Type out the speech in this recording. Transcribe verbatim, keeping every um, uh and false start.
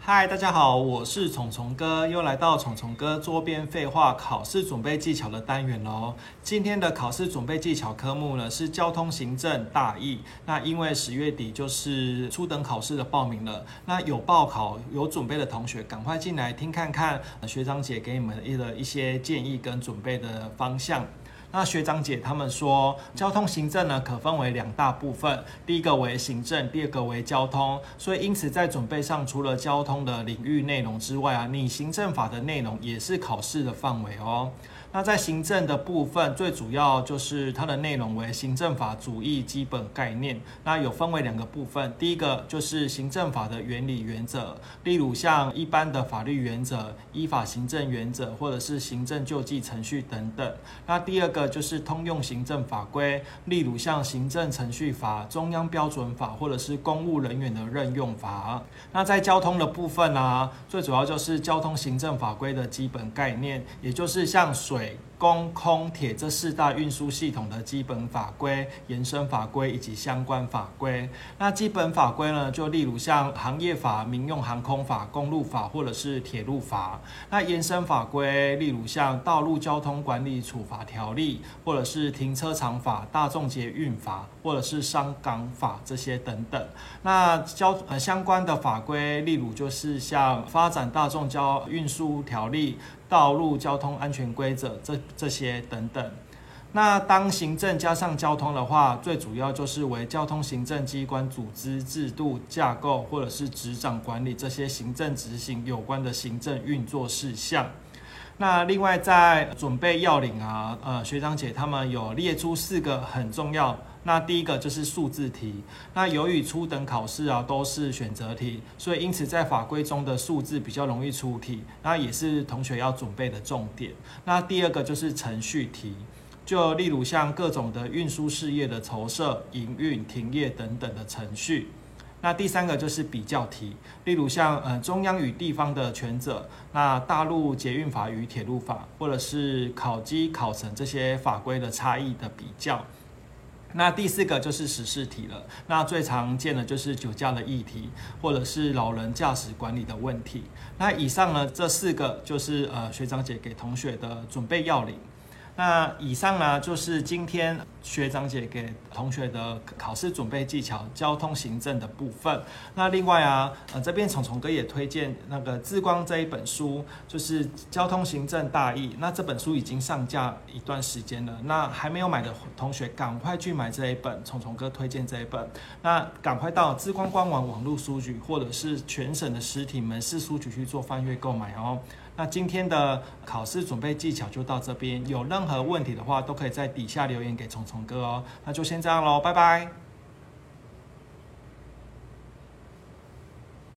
嗨，大家好，我是虫虫哥，又来到虫虫哥桌边废话考试准备技巧的单元喽。今天的考试准备技巧科目呢是交通行政大意。那因为十月底就是初等考试的报名了，那有报考有准备的同学，赶快进来听看看学长姐给你们的一些建议跟准备的方向。那学长姐他们说，交通行政呢可分为两大部分，第一个为行政，第二个为交通。所以因此在准备上，除了交通的领域内容之外啊，你行政法的内容也是考试的范围哦。那在行政的部分，最主要就是它的内容为行政法主义基本概念。那有分为两个部分，第一个就是行政法的原理原则，例如像一般的法律原则、依法行政原则，或者是行政救济程序等等。那第二个就是通用行政法规，例如像行政程序法、中央标准法，或者是公务人员的任用法。那在交通的部分啊，最主要就是交通行政法规的基本概念，也就是像水水、公、空、铁这四大运输系统的基本法规、延伸法规以及相关法规。那基本法规呢，就例如像行业法、民用航空法、公路法或者是铁路法。那延伸法规，例如像道路交通管理处罚条例，或者是停车场法、大众捷运法，或者是商港法这些等等。那交呃相关的法规，例如就是像发展大众交运输条例、道路交通安全规则这这些等等。那当行政加上交通的话，最主要就是为交通行政机关组织、制度、架构或者是执掌管理这些行政执行有关的行政运作事项。那另外在准备要领啊，呃，学长姐他们有列出四个很重要。那第一个就是数字题。那由于初等考试啊都是选择题，所以因此在法规中的数字比较容易出题，那也是同学要准备的重点。那第二个就是程序题，就例如像各种的运输事业的筹设、营运、停业等等的程序。那第三个就是比较题，例如像呃中央与地方的权责，那大陆捷运法与铁路法，或者是考绩、考成这些法规的差异的比较。那第四个就是时事题了，那最常见的就是酒驾的议题，或者是老人驾驶管理的问题。那以上呢这四个就是呃学长姐给同学的准备要领。那以上呢就是今天学长姐给同学的考试准备技巧，交通行政的部分。那另外啊，呃这边虫虫哥也推荐那个志光这一本书，就是交通行政大意。那这本书已经上架一段时间了，那还没有买的同学赶快去买这一本，虫虫哥推荐这一本。那赶快到志光官网网络书局或者是全省的实体门市书局去做翻阅购买哦。那今天的考试准备技巧就到这边，有任何问题的话都可以在底下留言给虫虫哥哦。那就先这样咯，拜拜。